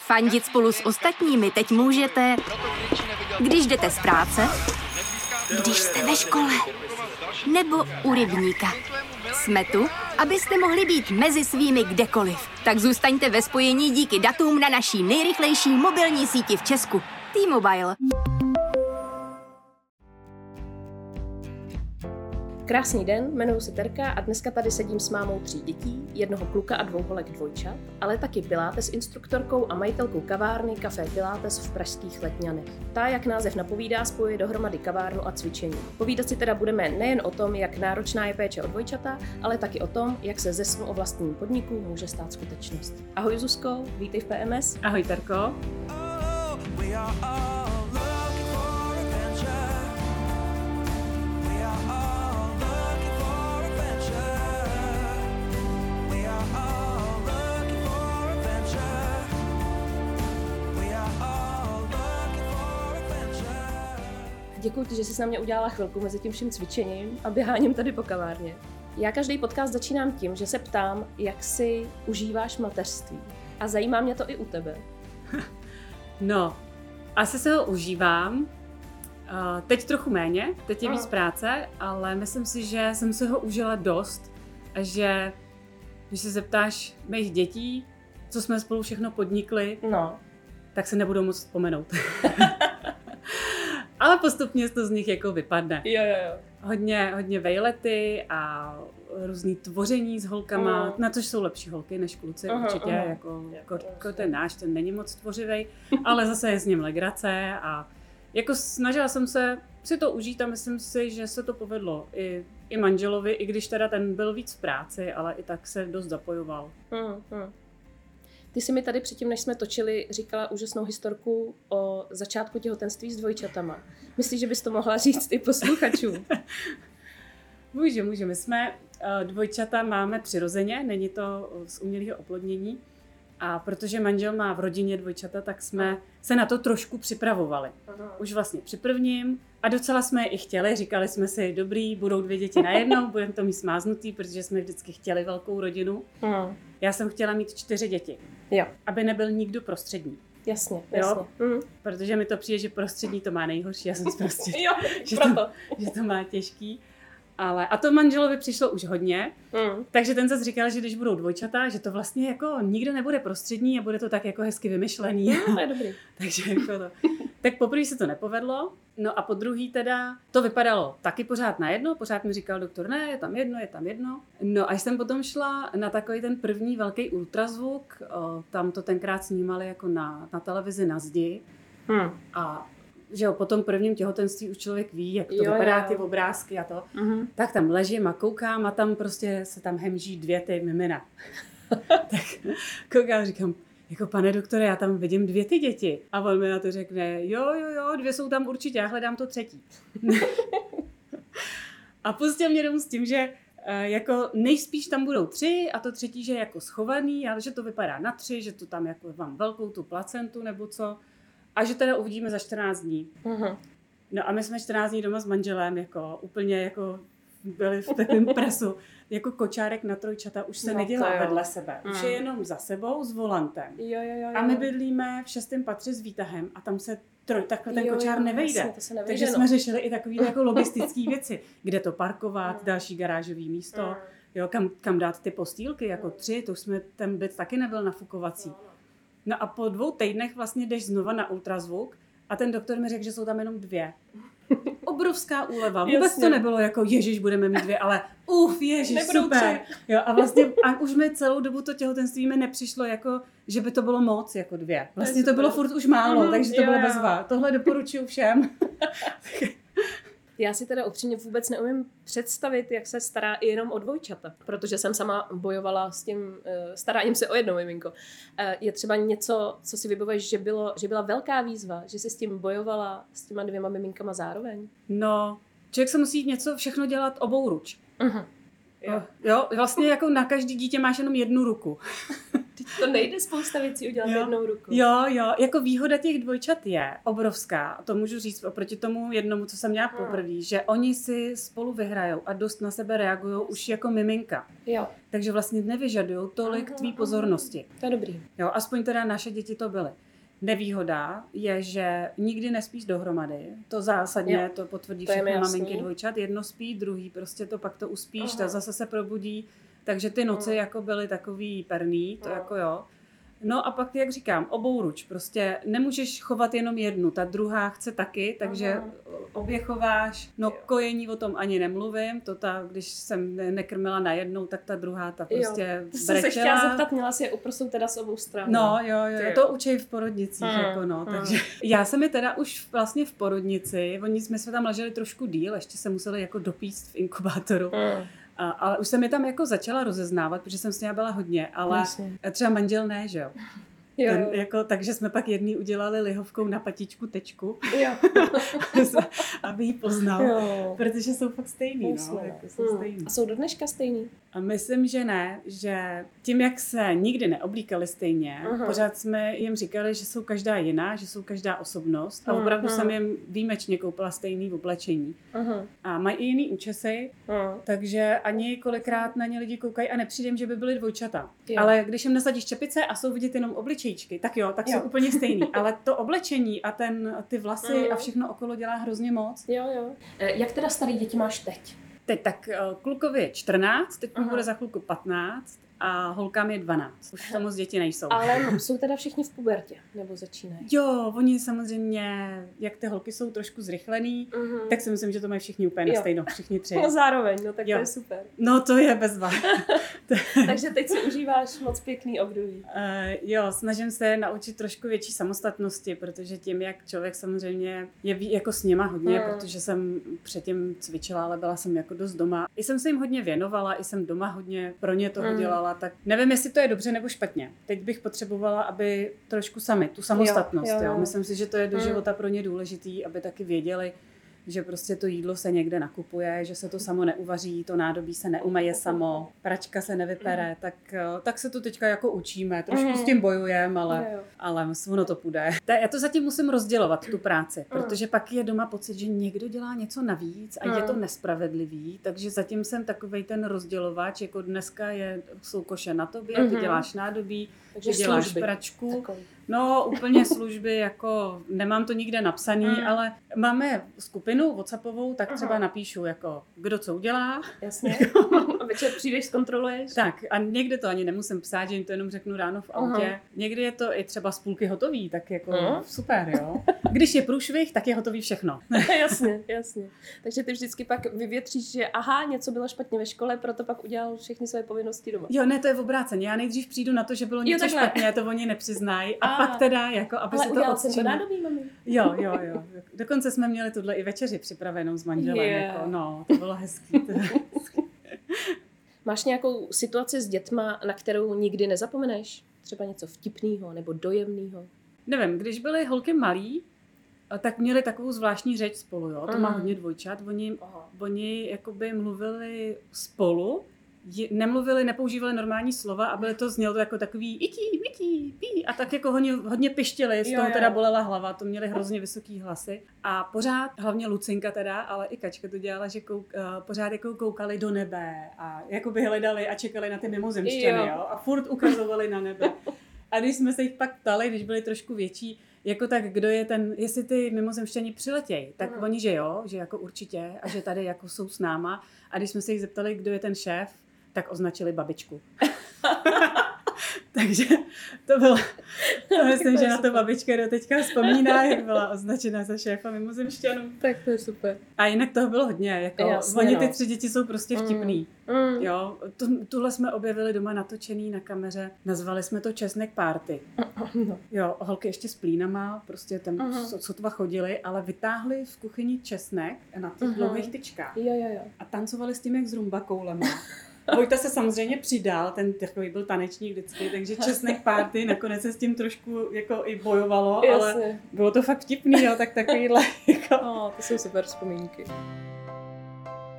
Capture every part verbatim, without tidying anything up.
Fandit spolu s ostatními teď můžete, když jdete z práce, když jste ve škole, nebo u rybníka. Jsme tu, abyste mohli být mezi svými kdekoliv. Tak zůstaňte ve spojení díky datům na naší nejrychlejší mobilní síti v Česku. T-Mobile. Krásný den, jmenuji se Terka a dneska tady sedím s mámou tří dětí, jednoho kluka a dvou holek dvojčat, ale taky pilates instruktorkou a majitelkou kavárny Café Pilates v pražských Letňanech. Ta, jak název napovídá, spojuje dohromady kavárnu a cvičení. Povídat si teda budeme nejen o tom, jak náročná je péče o dvojčata, ale taky o tom, jak se ze snu o vlastním podniku může stát skutečnost. Ahoj Zuzko, vítej v P M S. Ahoj Terko. Děkuji ti, že jsi na mě udělala chvilku mezi tím vším cvičením a běháním tady po kavárně. Já každý podcast začínám tím, že se ptám, jak si užíváš mateřství. A zajímá mě to i u tebe. No, asi se ho užívám. Teď trochu méně, teď je víc práce, ale myslím si, že jsem se ho užila dost a že když se zeptáš mých dětí, co jsme spolu všechno podnikli, no. tak se nebudou moc vzpomenout. Ale postupně to z nich jako vypadne. Jo, jo, jo. Hodně, hodně vejlety a různý tvoření s holkama, uh. na což jsou lepší holky než kluci, uh, určitě, uh. jako, jako, jako ten náš, ten není moc tvořivej, ale zase je s ním legrace a jako snažila jsem se si to užít a myslím si, že se to povedlo i, i manželovi, i když teda ten byl víc v práci, ale i tak se dost zapojoval. Uh, uh. Ty jsi mi tady předtím, než jsme točili, říkala úžasnou historku o začátku těhotenství s dvojčatama. Myslíš, že bys to mohla říct i posluchačům? Může, může. My jsme dvojčata máme přirozeně, není to z umělého oplodnění. A protože manžel má v rodině dvojčata, tak jsme Aha. se na to trošku připravovali. Aha. Už vlastně při prvním. A docela jsme je i chtěli. Říkali jsme si, dobrý, budou dvě děti najednou, budeme to mít smáznutý, protože jsme vždycky chtěli velkou rodinu. Aha. Já jsem chtěla mít čtyři děti. Jo. Aby nebyl nikdo prostřední. Jasně, jasně. Mm. Protože mi to přijde, že prostřední to má nejhorší. Já jsem prostě, jo, že, to, že to má těžký. Ale, a to manželovi přišlo už hodně, mm. takže ten zase říkal, že když budou dvojčata, že to vlastně jako nikdo nebude prostřední a bude to tak jako hezky vymyšlený. No, to je dobrý. takže jako to. Tak poprvé se to nepovedlo, no a po druhý teda to vypadalo taky pořád na jedno, pořád mi říkal doktor, ne, je tam jedno, je tam jedno. No a jsem potom šla na takový ten první velký ultrazvuk, o, tam to tenkrát snímali jako na, na televizi na zdi mm. a že jo, po tom prvním těhotenství už člověk ví, jak to jo, vypadá, ty obrázky a to. Uh-huh. Tak tam ležím a koukám a tam prostě se tam hemží dvě ty mimina. Tak koukám a říkám, jako pane doktore, já tam vidím dvě ty děti. A on mi na to řekne, jo, jo, jo, dvě jsou tam určitě, já hledám to třetí. A pustil mě domů s tím, že jako nejspíš tam budou tři a to třetí, že je jako schovaný, ale že to vypadá na tři, že to tam jako mám velkou tu placentu nebo co. A že teda uvidíme za čtrnáct dní. Uh-huh. No a my jsme čtrnáct dní doma s manželem, jako úplně jako byli v takovém presu. Jako kočárek na trojčata už se no, nedělá vedle sebe. Už uh-huh. je jenom za sebou s volantem. Jo, jo, jo, a my bydlíme v šestém patře s výtahem a tam se troj, takhle ten jo, kočár jo, nevejde. jasně, to se nevejde. Takže no. jsme řešili i takové jako logistické věci. Kde to parkovat, uh-huh. další garážové místo, uh-huh. jo, kam, kam dát ty postýlky, jako tři, to už jsme, ten byt taky nebyl nafukovací. No a po dvou týdnech vlastně jdeš znova na ultrazvuk a ten doktor mi řekl, že jsou tam jenom dvě. Obrovská úleva. Vůbec Jasně. to nebylo jako ježiš, budeme mít dvě, ale uf, ježiš, Nebudou super. Jo, a vlastně a už mi celou dobu to těhotenství mi nepřišlo jako, že by to bylo moc jako dvě. Vlastně to bylo furt už málo, mm, takže to jo, bylo bezva. Tohle doporučuju všem. Já si teda upřímně vůbec neumím představit, jak se stará i jenom o dvojčata, protože jsem sama bojovala s tím uh, staráním se o jedno miminko. Uh, je třeba něco, co si vybavuješ, že, bylo, že byla velká výzva, že jsi s tím bojovala s těma dvěma miminkama zároveň? No, člověk se musí něco všechno dělat obou ruč. Uh-huh. Jo. jo, vlastně jako na každý dítě máš jenom jednu ruku. Teď to nejde spousta věcí udělat jo. jednou rukou. Jo, jo, jako výhoda těch dvojčat je obrovská. To můžu říct oproti tomu jednomu, co jsem měla poprvé, že oni si spolu vyhrajou a dost na sebe reagují už jako miminka. Jo. Takže vlastně nevyžadují tolik tvý pozornosti. To je dobrý. Jo, aspoň teda naše děti to byly. Nevýhoda je, že nikdy nespíš dohromady. To zásadně, jo. to potvrdí to všechny maminky dvojčat. Jedno spí, druhý prostě to pak to uspíš, ta zase se probudí. Takže ty noci Aha. jako byly takový perný, to Aha. jako jo. No a pak, jak říkám, obouruč. Prostě nemůžeš chovat jenom jednu, ta druhá chce taky, takže Aha. obě chováš. No kojení o tom ani nemluvím, to ta, když jsem nekrmila na jednou, tak ta druhá ta prostě jo. To jsem se chtěla zeptat, měla si je uprostou teda s obou stran. No jo, jo, jo. To učí v porodnicích, hmm. jako no, hmm. takže já jsem mi teda už vlastně v porodnici, oni jsme se tam leželi trošku díl, ještě se museli jako dopíct v inkubátoru. Hmm. A, ale už jsem je tam jako začala rozeznávat, protože jsem s ní byla hodně, ale Jasně. třeba manžel ne, že jo. Jo. Ten, jako, takže jsme pak jedný udělali lihovkou na patičku tečku, jo. aby ji poznal, jo. protože jsou fakt stejný. No, jako jsou hmm. stejný. A jsou do dneška stejný? A myslím, že ne, že tím, jak se nikdy neoblíkali stejně, uh-huh. pořád jsme jim říkali, že jsou každá jiná, že jsou každá osobnost a opravdu uh-huh. jsem jim výjimečně koupila stejný oblečení. Uh-huh. A mají i jiný účesy, uh-huh. takže ani kolikrát na ně lidi koukají a nepřijde jim, že by byly dvojčata. Jo. Ale když jim nasadíš čepice a jsou vidět jenom obličejčky, tak jo, tak jo. jsou úplně stejný. Ale to oblečení a ten, ty vlasy uh-huh. a všechno okolo dělá hrozně moc. Jo, jo. Jak teda starý děti máš teď? Teď tak klukovi je čtrnáct, teď mu bude za chvilku patnáct a holkám je dvanáct. Už to moc děti nejsou. Ale jsou teda všichni v pubertě, nebo začínají? Jo, oni samozřejmě, jak ty holky jsou trošku zrychlený, uh-huh. tak si myslím, že to mají všichni úplně na stejno, všichni tři. No zároveň, no tak jo. to je super. No to je bezva. Takže teď si užíváš moc pěkný období. Uh, jo, snažím se naučit trošku větší samostatnosti, protože tím, jak člověk samozřejmě je ví, jako s něma hodně, hmm. protože jsem předtím cvičila, ale byla jsem jako dost doma. I jsem se jim hodně věnovala, i jsem doma hodně pro ně toho hmm. dělala, tak nevím, jestli to je dobře nebo špatně. Teď bych potřebovala, aby trošku sami, tu samostatnost. Jo, jo, jo. Jo. Myslím si, že to je do života pro ně důležitý, aby taky věděli, že prostě to jídlo se někde nakupuje, že se to samo neuvaří, to nádobí se neumeje samo, pračka se nevypere, tak, tak se to teďka jako učíme. Trošku s tím bojujeme, ale, ale ono to půjde. Já to zatím musím rozdělovat, tu práci, protože pak je doma pocit, že někdo dělá něco navíc a je to nespravedlivý, takže zatím jsem takovej ten rozdělovač, jako dneska je, jsou koše na tobě, ty děláš nádobí, ty děláš služby. Pračku. Takový. No, úplně služby, jako nemám to nikde napsaný, mm. ale máme skupinu whatsappovou, tak třeba Aha. napíšu, jako kdo co udělá. Jasně. A večer přijdeš, zkontroluješ. Tak a někde to ani nemusím psát, že jim to jenom řeknu ráno v autě. Aha. Někdy je to i třeba z půlky hotový, tak jako Aha. super, jo. Když je průšvih, tak je hotový všechno. Jasně, jasně. Takže ty vždycky pak vyvětříš, že aha, něco bylo špatně ve škole, proto pak udělal všechny své povinnosti doma. Jo, ne, to je v obráceně. Já nejdřív přijdu na to, že bylo něco jo, špatně, to oni nepřiznají. A pak teda, jako, aby ale se to odstřínil. Ale udělal jsem to nádobí, mami. Jo, jo, jo. Dokonce jsme měli tuhle i večeři připravenou s manželem. Yeah. Jako, no, to bylo hezký. To hezký. Máš nějakou situaci s dětma, na kterou nikdy nezapomeneš? Třeba něco vtipného nebo dojemného? Nevím, když byly holky malí, tak měli takovou zvláštní řeč spolu, jo. To uh-huh. má hodně dvojčat. Oni, uh-huh. oni jakoby mluvili spolu, nemluvili, nepoužívali normální slova a byly to, znělo to jako takový ití, mití, pí a tak jako hodně, hodně pištili, z toho teda bolela hlava, to měli hrozně vysoký hlasy a pořád, hlavně Lucinka teda, ale i Kačka to dělala, že kouk, uh, pořád jako koukali do nebe a jako by hledali a čekali na ty mimozemšťany, jo. jo, a furt ukazovali na nebe. A když jsme se jich pak ptali, když byli trošku větší, jako tak, kdo je ten, jestli ty mimozemšťani přiletějí, tak uh-huh. oni, že jo, že jako určitě a že tady jako jsou s náma a když jsme se jich zeptali, kdo je ten šéf, tak označili babičku. Takže to bylo, to myslím, že na to babička do teďka vzpomíná, jak byla označena za šéfa mimozemšťanů. Tak to je super. A jinak toho bylo hodně, jako jasně, oni no. ty tři děti jsou prostě vtipný. Mm. Jo, tu, tuhle jsme objevili doma natočený na kameře, nazvali jsme to Česnek party. No. Jo, holky ještě s plínama, prostě tam uh-huh. sotva chodili, ale vytáhli v kuchyni česnek na těch uh-huh. dlouhých tyčkách. Jo, jo, jo. A tancovali s tím jak s rumba koulema. Vojta se samozřejmě přidal, ten takový byl tanečník vždycky, takže Česnek party, nakonec se s tím trošku jako i bojovalo, jasně. ale bylo to fakt vtipný, jo, tak takovýhle. Jako... No, to jsou super vzpomínky.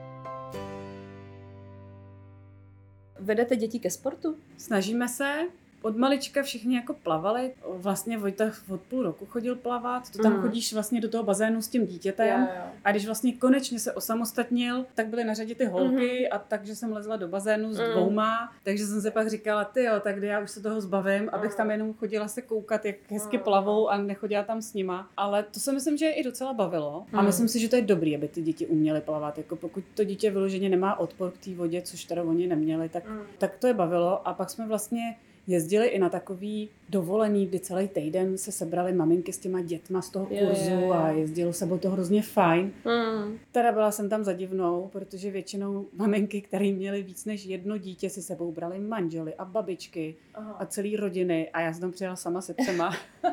Vedete děti ke sportu? Snažíme se. od malička všichni jako plavali. Vlastně Vojta od půl roku chodil plavat, to tam mm. chodíš vlastně do toho bazénu s tím dítětem. Jo, jo. A když vlastně konečně se osamostatnil, tak byly na řadě ty holky mm. a takže jsem lezla do bazénu s dvouma. Takže jsem se pak říkala, ty jo, tak já už se toho zbavím, abych tam jenom chodila se koukat, jak hezky plavou a nechodila tam s nima. Ale to si myslím, že je i docela bavilo. A myslím si, že to je dobrý, aby ty děti uměly plavat. Jako pokud to dítě vyloženě nemá odpor k té vodě, což teda oni neměli, tak, tak to je bavilo. A pak jsme vlastně jezdili i na takový dovolený, kdy celý týden se sebrali maminky s těma dětma z toho kurzu je, je, je. a jezdilo se, bylo to hrozně fajn. Mm. Teda byla jsem tam za divnou, protože většinou maminky, které měly víc než jedno dítě, si sebou brali manžely a babičky Aha. a celý rodiny a já jsem tam přijela sama se třema.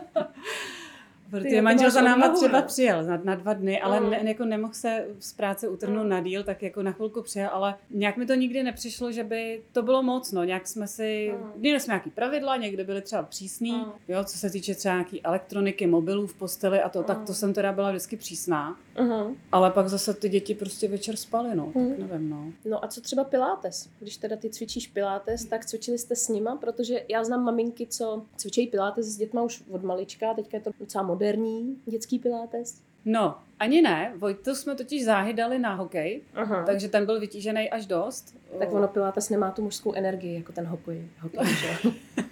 Protože manžel za náma třeba přijel na, na dva dny, ale mm. ne, jako nemohl se z práce utrhnout mm. na díl, tak jako na chvilku přijel, ale nějak mi to nikdy nepřišlo, že by to bylo moc, no. Nějak jsme si, mm. měli jsme nějaký pravidla, někde byly třeba přísný, mm. jo, co se týče třeba nějaký elektroniky, mobilů v posteli a to, mm. tak to jsem teda byla vždycky přísná. Mm. Ale pak zase ty děti prostě večer spaly, no, mm. tak nevím, no. No a co třeba pilates? Když teda ty cvičíš pilates, tak cvičili jste s nima, protože já znám maminky, co cvičí pilates s dětma už od malička, teďka je to docela moderní dětský pilates. No, ani ne. Vojtu jsme totiž záhy dali na hokej, Aha. takže ten byl vytížený až dost. Tak ono pilates nemá tu mužskou energii, jako ten hokej. hokej že?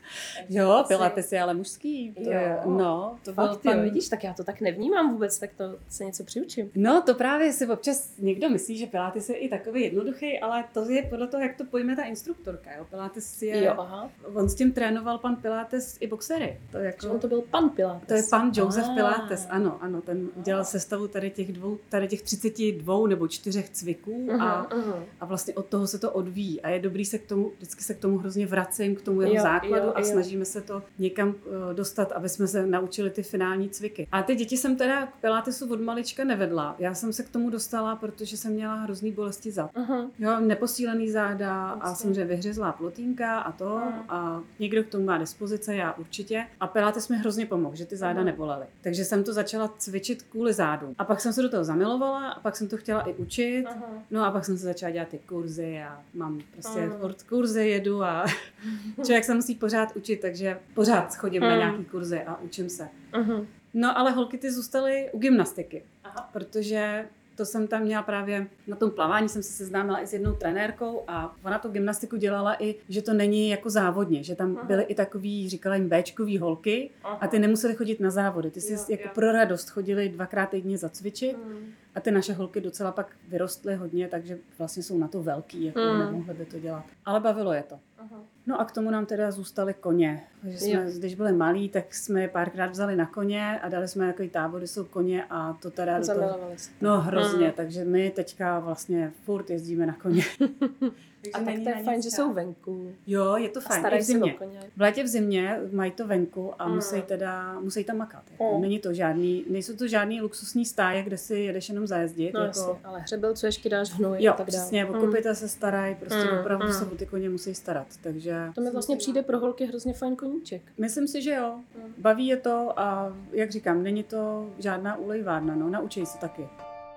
Jo, pilates je ale mužský. To jo. Je, no, to Fakt, byl pan... jo, vidíš, tak já to tak nevnímám vůbec, tak to se něco přiučím. No, to právě si občas někdo myslí, že pilates je i takový jednoduchý, ale to je podle toho, jak to pojme ta instruktorka. Jo? Pilates je... Jo, aha. On s tím trénoval pan Pilates i boxery. To, jako... on to byl pan Pilates. To je pan Joseph ah. Pilates, ano, ano. Ten dělal sestavu tady těch dvou, tady těch třicet dva nebo čtyřech cviků uh-huh, a, uh-huh. a vlastně od toho se to odvíjí. A je dobrý se k tomu, vždycky se k tomu hrozně vracím, k tomu jeho jo, základu jo, a jo. snažíme se to někam uh, dostat, aby jsme se naučili ty finální cviky. A ty děti jsem teda k pilatesu od malička nevedla. Já jsem se k tomu dostala, protože jsem měla hrozný bolesti zad. Uh-huh. Jo, neposílený záda Vlastně. a samozřejmě vyhřezlá plotínka a to uh-huh. a někdo k tomu má dispozice, já určitě. A pilates mi hrozně pomohl, že ty záda uh-huh. nebolely. Takže jsem to začala cvičit kvůli zádům. A pak jsem se do toho zamilovala a pak jsem to chtěla i učit. Uh-huh. No a pak jsem se začala dělat ty kurzy a mám prostě uh-huh. kurzy jedu a člověk se musí pořád učit, takže pořád chodím uh-huh. na nějaký kurzy a učím se. Uh-huh. No ale holky ty zůstaly u gymnastiky, Aha. protože to jsem tam měla právě, na tom plavání jsem se seznámila i s jednou trenérkou a ona tu gymnastiku dělala i, že to není jako závodně, že tam Aha. byly i takový, říkala jim béčkový holky Aha. a ty nemusely chodit na závody, ty si jo, jako jo. pro radost chodili dvakrát týdně zacvičit hmm. a ty naše holky docela pak vyrostly hodně, takže vlastně jsou na to velký, jako hmm. nemohly by to dělat. Ale bavilo je to. Aha. No a k tomu nám teda zůstaly koně. Takže jsme, když byli malí, tak jsme je párkrát vzali na koně a dali jsme takový tábor, kde jsou koně a to teda... Zamilovali jste. No hrozně, mm. takže my teďka vlastně furt jezdíme na koně. A tak to je fajn, že jsou venku. Jo, je to fajn. I v zimě. V létě v zimě mají to venku a mm. musí teda, musí tam makat. Jako. Mm. Není to žádný, nejsou to žádný luxusní stáje, kde si jedeš jenom zajezdit. No jako... jasně, ale hřebel, co ještě dáš hnoj jo, a tak dále. Jo, přesně, o kopyta mm. se starají, prostě mm. opravdu mm. se o ty koně musí starat, takže... To mi vlastně přijde pro holky hrozně fajn koníček. Myslím si, že jo. Mm. Baví je to a jak říkám, není to žádná ulejvárna, no, naučí se taky.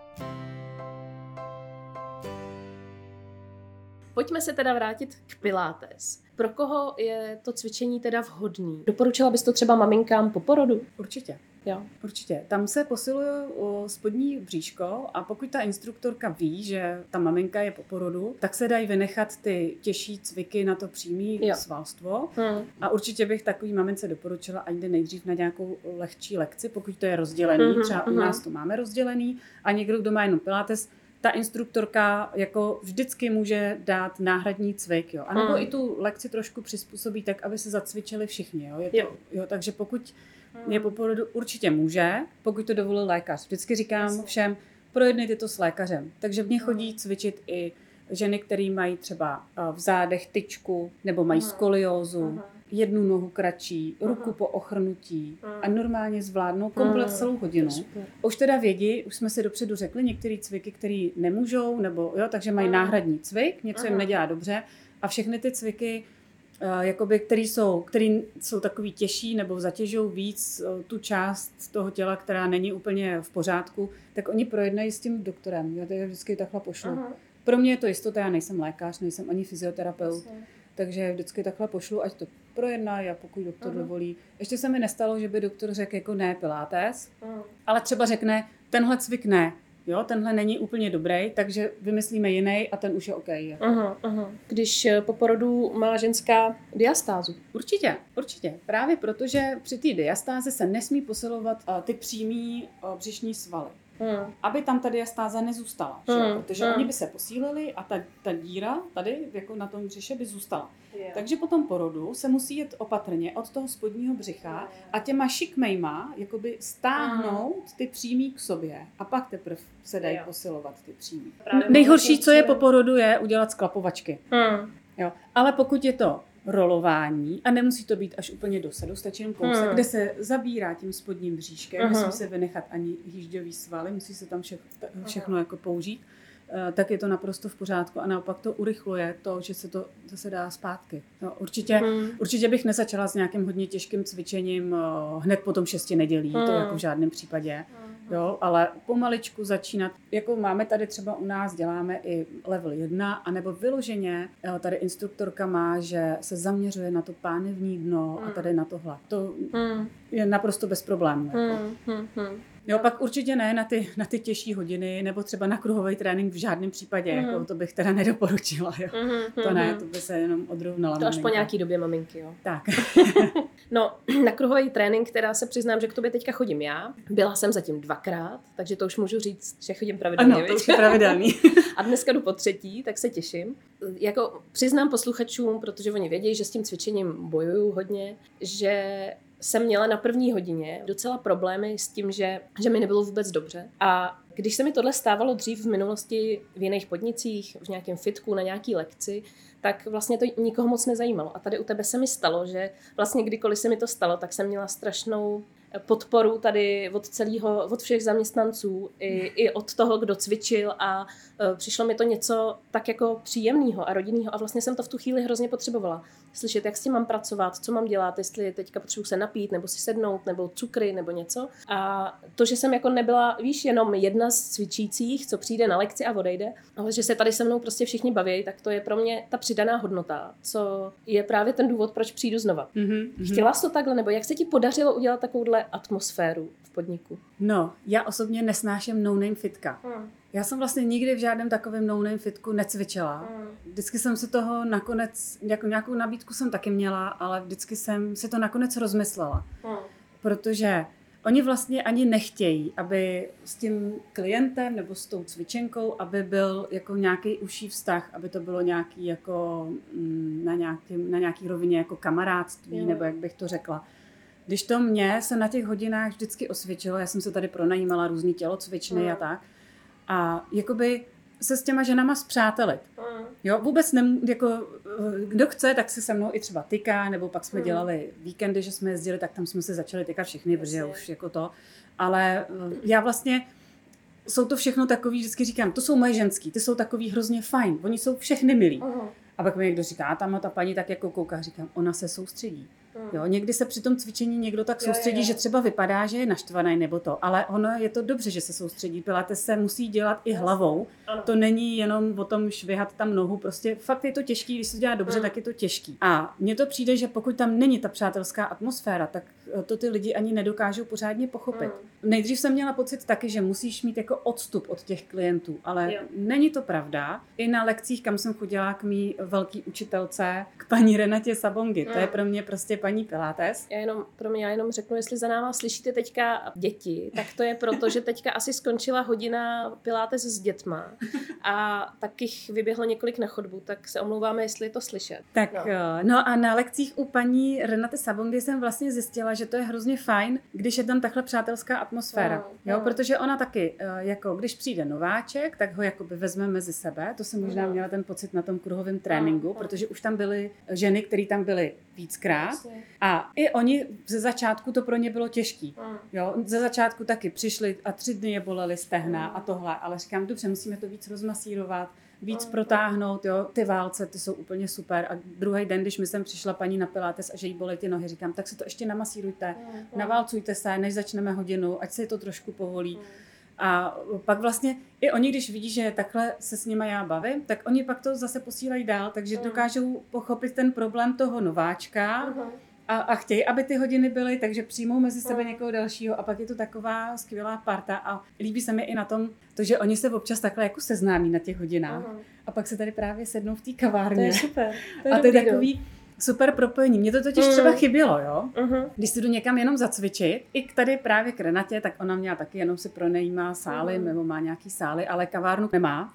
Pojďme se teda vrátit k pilates. Pro koho je to cvičení teda vhodný? Doporučila bys to třeba maminkám po porodu? Určitě. Jo. Určitě. Tam se posiluje spodní bříško a pokud ta instruktorka ví, že ta maminka je po porodu, tak se dají vynechat ty těžší cviky na to přímé svalstvo. Hmm. A určitě bych takový mamince doporučila, ať jde nejdřív na nějakou lehčí lekci, pokud to je rozdělený. Hmm. Třeba u nás to máme rozdělený a někdo, kdo má jenom pilates, ta instruktorka jako vždycky může dát náhradní cvik, jo. A nebo hmm. i tu lekci trošku přizpůsobí tak, aby se zacvičili všichni, jo. Je to, jo. jo takže pokud je po porodu, určitě může, pokud to dovolil lékař. Vždycky říkám všem, projednejte to s lékařem. Takže v ně chodí cvičit i ženy, které mají třeba v zádech tyčku, nebo mají skoliózu, jednu nohu kratší, ruku po ochrnutí a normálně zvládnou komplet celou hodinu. Už teda vědí, už jsme si dopředu řekli, některé cviky, které nemůžou, nebo jo, takže mají náhradní cvik, něco jim nedělá dobře a všechny ty cviky, jakoby, který jsou, který jsou takový těžší nebo zatěžují víc tu část toho těla, která není úplně v pořádku, tak oni projednají s tím doktorem. Já to vždycky takhle pošlu. Aha. Pro mě je to jistota, já nejsem lékař, nejsem ani fyzioterapeut, Jasně. takže vždycky takhle pošlu, ať to projednají a pokud doktor uh-huh. dovolí. Ještě se mi nestalo, že by doktor řekl jako ne pilates, uh-huh. ale třeba řekne, tenhle cvik ne, jo, tenhle není úplně dobrý, takže vymyslíme jiný a ten už je OK. Uh-huh, uh-huh. Když po porodu má ženská diastázu? Určitě, určitě. Právě protože při té diastáze se nesmí posilovat uh, ty přímý uh, břišní svaly. Hmm. Aby tam ta diastáza nezůstala, hmm. že? Protože hmm. oni by se posílili a ta, ta díra tady jako na tom břiše by zůstala. Yeah. Takže po tom porodu se musí jet opatrně od toho spodního břicha yeah. a těma šikmejma jakoby stáhnout hmm. ty přímý k sobě a pak teprve se dají yeah. posilovat ty přímý. Právě nejhorší, co je po porodu, je udělat sklapovačky. Hmm. Jo. Ale pokud je to rolování a nemusí to být až úplně dosadu, stačí jen kousek, hmm. kde se zabírá tím spodním bříškem, uh-huh. nesmí se vynechat ani hýžďový svaly, musí se tam vše, všechno uh-huh. jako použít, uh, tak je to naprosto v pořádku a naopak to urychluje to, že se to zase dá zpátky. No, určitě, hmm. určitě bych nezačala s nějakým hodně těžkým cvičením uh, hned po tom šesti nedělí, hmm. to jako v žádném případě. Jo, ale pomaličku začínat, jako máme tady třeba u nás, děláme i level jedna, anebo vyloženě tady instruktorka má, že se zaměřuje na to pánevní dno a tady na tohle. To hmm. je naprosto bez problémů. Jako. Hmm, hmm, hmm. Jo, pak určitě ne na ty, na ty těžší hodiny, nebo třeba na kruhový trénink v žádném případě, mm. jako to bych teda nedoporučila, jo. Mm, to ne, to by se jenom odrovnala. To až po nějaký době maminky, jo. Tak. No, na kruhový trénink, teda se přiznám, že k tobě teďka chodím já. Byla jsem zatím dvakrát, takže to už můžu říct, že chodím pravidelně. Ano, to už je pravidelný. A dneska jdu po třetí, tak se těším. Jako přiznám posluchačům, protože oni vědí, že s tím cvičením bojuju hodně, že jsem měla na první hodině docela problémy s tím, že, že mi nebylo vůbec dobře. A když se mi tohle stávalo dřív v minulosti v jiných podnicích, v nějakém fitku, na nějaký lekci, tak vlastně to nikoho moc nezajímalo. A tady u tebe se mi stalo, že vlastně kdykoliv se mi to stalo, tak jsem měla strašnou podporu tady od celého, od všech zaměstnanců i, i od toho, kdo cvičil a uh, přišlo mi to něco tak jako příjemného a rodinného a vlastně jsem to v tu chvíli hrozně potřebovala. Slyšet, jak s tím mám pracovat, co mám dělat, jestli teďka potřebuji se napít nebo si sednout nebo cukry nebo něco. A to, že jsem jako nebyla, víš, jenom jedna z cvičících, co přijde na lekci a odejde, ale že se tady se mnou prostě všichni baví, tak to je pro mě ta přidaná hodnota, co je právě ten důvod, proč přijdu znova. Mm-hmm. Chtěla jsi to takhle, nebo jak se ti podařilo udělat takovouhle atmosféru v podniku? No, já osobně nesnáším no-name fitka. Hmm. Já jsem vlastně nikdy v žádném takovém no-name fitku necvičila. Hmm. Vždycky jsem si toho nakonec, jako nějakou nabídku jsem taky měla, ale vždycky jsem si to nakonec rozmyslela. Hmm. Protože oni vlastně ani nechtějí, aby s tím klientem nebo s tou cvičenkou, aby byl jako nějaký užší vztah, aby to bylo nějaký jako na nějaký, na nějaký rovině jako kamarádství, hmm. nebo jak bych to řekla. Když to mě se na těch hodinách vždycky osvědčilo, já jsem se tady pronajímala různý tělocvičny mm. a tak, a jakoby se s těma ženama spřátelit. Mm. Jo, vůbec nem, jako, kdo chce, tak se se mnou i třeba tyká, nebo pak jsme mm. dělali víkendy, že jsme jezdili, tak tam jsme se začali tykat všichni, protože už jako to, ale já vlastně, jsou to všechno takový, vždycky říkám, to jsou moje ženský, ty jsou takový hrozně fajn, oni jsou všechny milí. Mm. A pak mi někdo říká, tam ta paní tak jako kouká, říkám, ona se soustředí. Jo, někdy se při tom cvičení někdo tak soustředí, jo, jo, jo. že třeba vypadá, že je naštvaný nebo to, ale ono je to dobře, že se soustředí. Pilates se musí dělat i hlavou. Ano. To není jenom o tom švihat tam nohu, prostě fakt je to těžký, když se to dělá dobře, hmm. tak je to těžký. A mně to přijde, že pokud tam není ta přátelská atmosféra, tak to ty lidi ani nedokážou pořádně pochopit. Hmm. Nejdřív jsem měla pocit taky, že musíš mít jako odstup od těch klientů, ale jo. není to pravda. I na lekcích, kam jsem chodila k mý velký učitelce, k paní Renatě Sabongy, hmm. to je pro mě prostě paní Pilates. Já jenom, pro mě já jenom řeknu, jestli za náma slyšíte teďka děti, tak to je proto, že teďka asi skončila hodina Pilates s dětma a tak jich vyběhlo několik na chodbu, tak se omlouváme, jestli je to slyšet. Tak no, no a na lekcích u paní Renaty Sabongy jsem vlastně zjistila, že to je hrozně fajn, když je tam takhle přátelská atmosféra. No, jo, no. Protože ona taky, jako když přijde nováček, tak ho jakoby vezme mezi sebe. To jsem možná měla ten pocit na tom kruhovém tréninku, no, no. protože už tam byly ženy, které tam byly víckrát. Vlastně. A i oni ze začátku to pro ně bylo těžký. Jo, ze začátku taky přišli a tři dny je bolely stehna a tohle, ale říkám, dobře, musíme to víc rozmasírovat, víc protáhnout, jo, ty válce, ty jsou úplně super. A druhý den, když mi sem přišla paní na Pilates a že jí bolí ty nohy, říkám, tak se to ještě namasírujte, naválcujte se, než začneme hodinu, ať se to trošku povolí. A pak vlastně i oni, když vidí, že takhle se s nima já bavím, tak oni pak to zase posílají dál, takže dokážou pochopit ten problém toho nováčka a, a chtějí, aby ty hodiny byly, takže přijmou mezi sebe někoho dalšího a pak je to taková skvělá parta a líbí se mi i na tom, to, že oni se občas takhle jako seznámí na těch hodinách a pak se tady právě sednou v té kavárně. To je super. To je a to je dobrý, takový super propojení. Mně to totiž mm. třeba chybělo, jo? Uh-huh. Když si jdu někam jenom zacvičit, i tady právě k Renatě, tak ona měla taky jenom si pronajímá sály, uh-huh. nebo má nějaký sály, ale kavárnu nemá.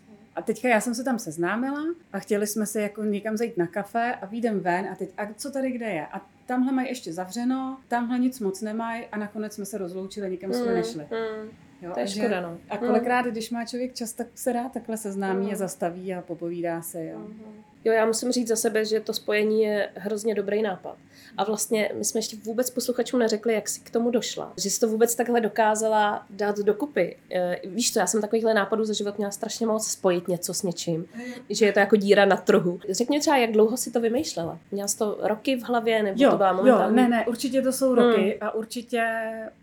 A teďka já jsem se tam seznámila a chtěli jsme se jako někam zajít na kafe a výjdem ven a teď, a co tady kde je? A tamhle mají ještě zavřeno, tamhle nic moc nemají a nakonec jsme se rozloučili, nikam mm. jsme nešli. Mm. Jo, to je a škoda, že, no. A kolikrát, když má člověk čas, tak se rád takhle seznámí mm. a zastaví a popovídá se. Jo. Mm. Jo, já musím říct za sebe, že to spojení je hrozně dobrý nápad. A vlastně my jsme ještě vůbec posluchačům neřekli, jak jsi k tomu došla. Že jsi to vůbec takhle dokázala dát dokupy. E, víš co, já jsem takovýchhle nápadů za život měla strašně moc spojit něco s něčím. Že je to jako díra na trhu. Řekni třeba, jak dlouho jsi to vymýšlela? Měla jsi to roky v hlavě, nebo jo, to byla momentální? Jo, ne, ne, určitě to jsou roky hmm. a určitě,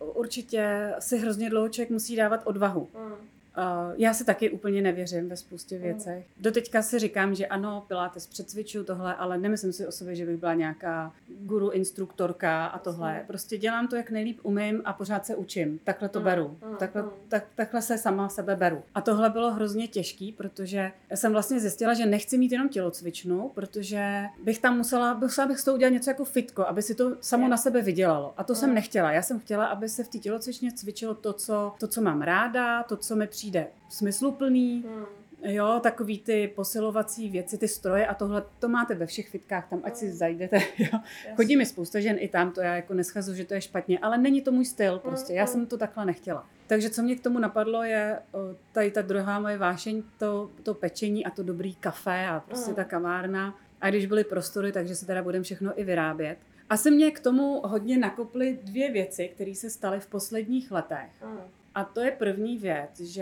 určitě si hrozně dlouho člověk musí dávat odvahu. Hmm. Uh, já si taky úplně nevěřím ve spoustě věcech. Doteďka si říkám, že ano, pilates přecvičuju tohle, ale nemyslím si o sobě, že bych byla nějaká guru, instruktorka a tohle. Prostě dělám to, jak nejlíp umím a pořád se učím. Takhle to beru. Takhle, tak, takhle se sama sebe beru. A tohle bylo hrozně těžký, protože jsem vlastně zjistila, že nechci mít jenom tělocvičnu, protože bych tam musela, musela bych s tou udělat něco jako fitko, aby si to samo na sebe vydělalo. A to jsem nechtěla. Já jsem chtěla, aby se v té tělocvičně cvičilo to, co, to, co mám ráda, to, co mi přijde smysluplný, hmm. jo, takový ty posilovací věci, ty stroje a tohle, to máte ve všech fitkách, tam ať si zajdete, jo. Yes. Chodí mi spousta žen i tam, to já jako neschazu, že to je špatně, ale není to můj styl prostě, já jsem to takhle nechtěla. Takže co mě k tomu napadlo je o, tady ta druhá moje vášeň, to, to pečení a to dobrý kafe a prostě ta kavárna. A když byly prostory, takže se teda budeme všechno i vyrábět. Asi mě k tomu hodně nakoply dvě věci, které se staly v posledních letech. A to je první věc, že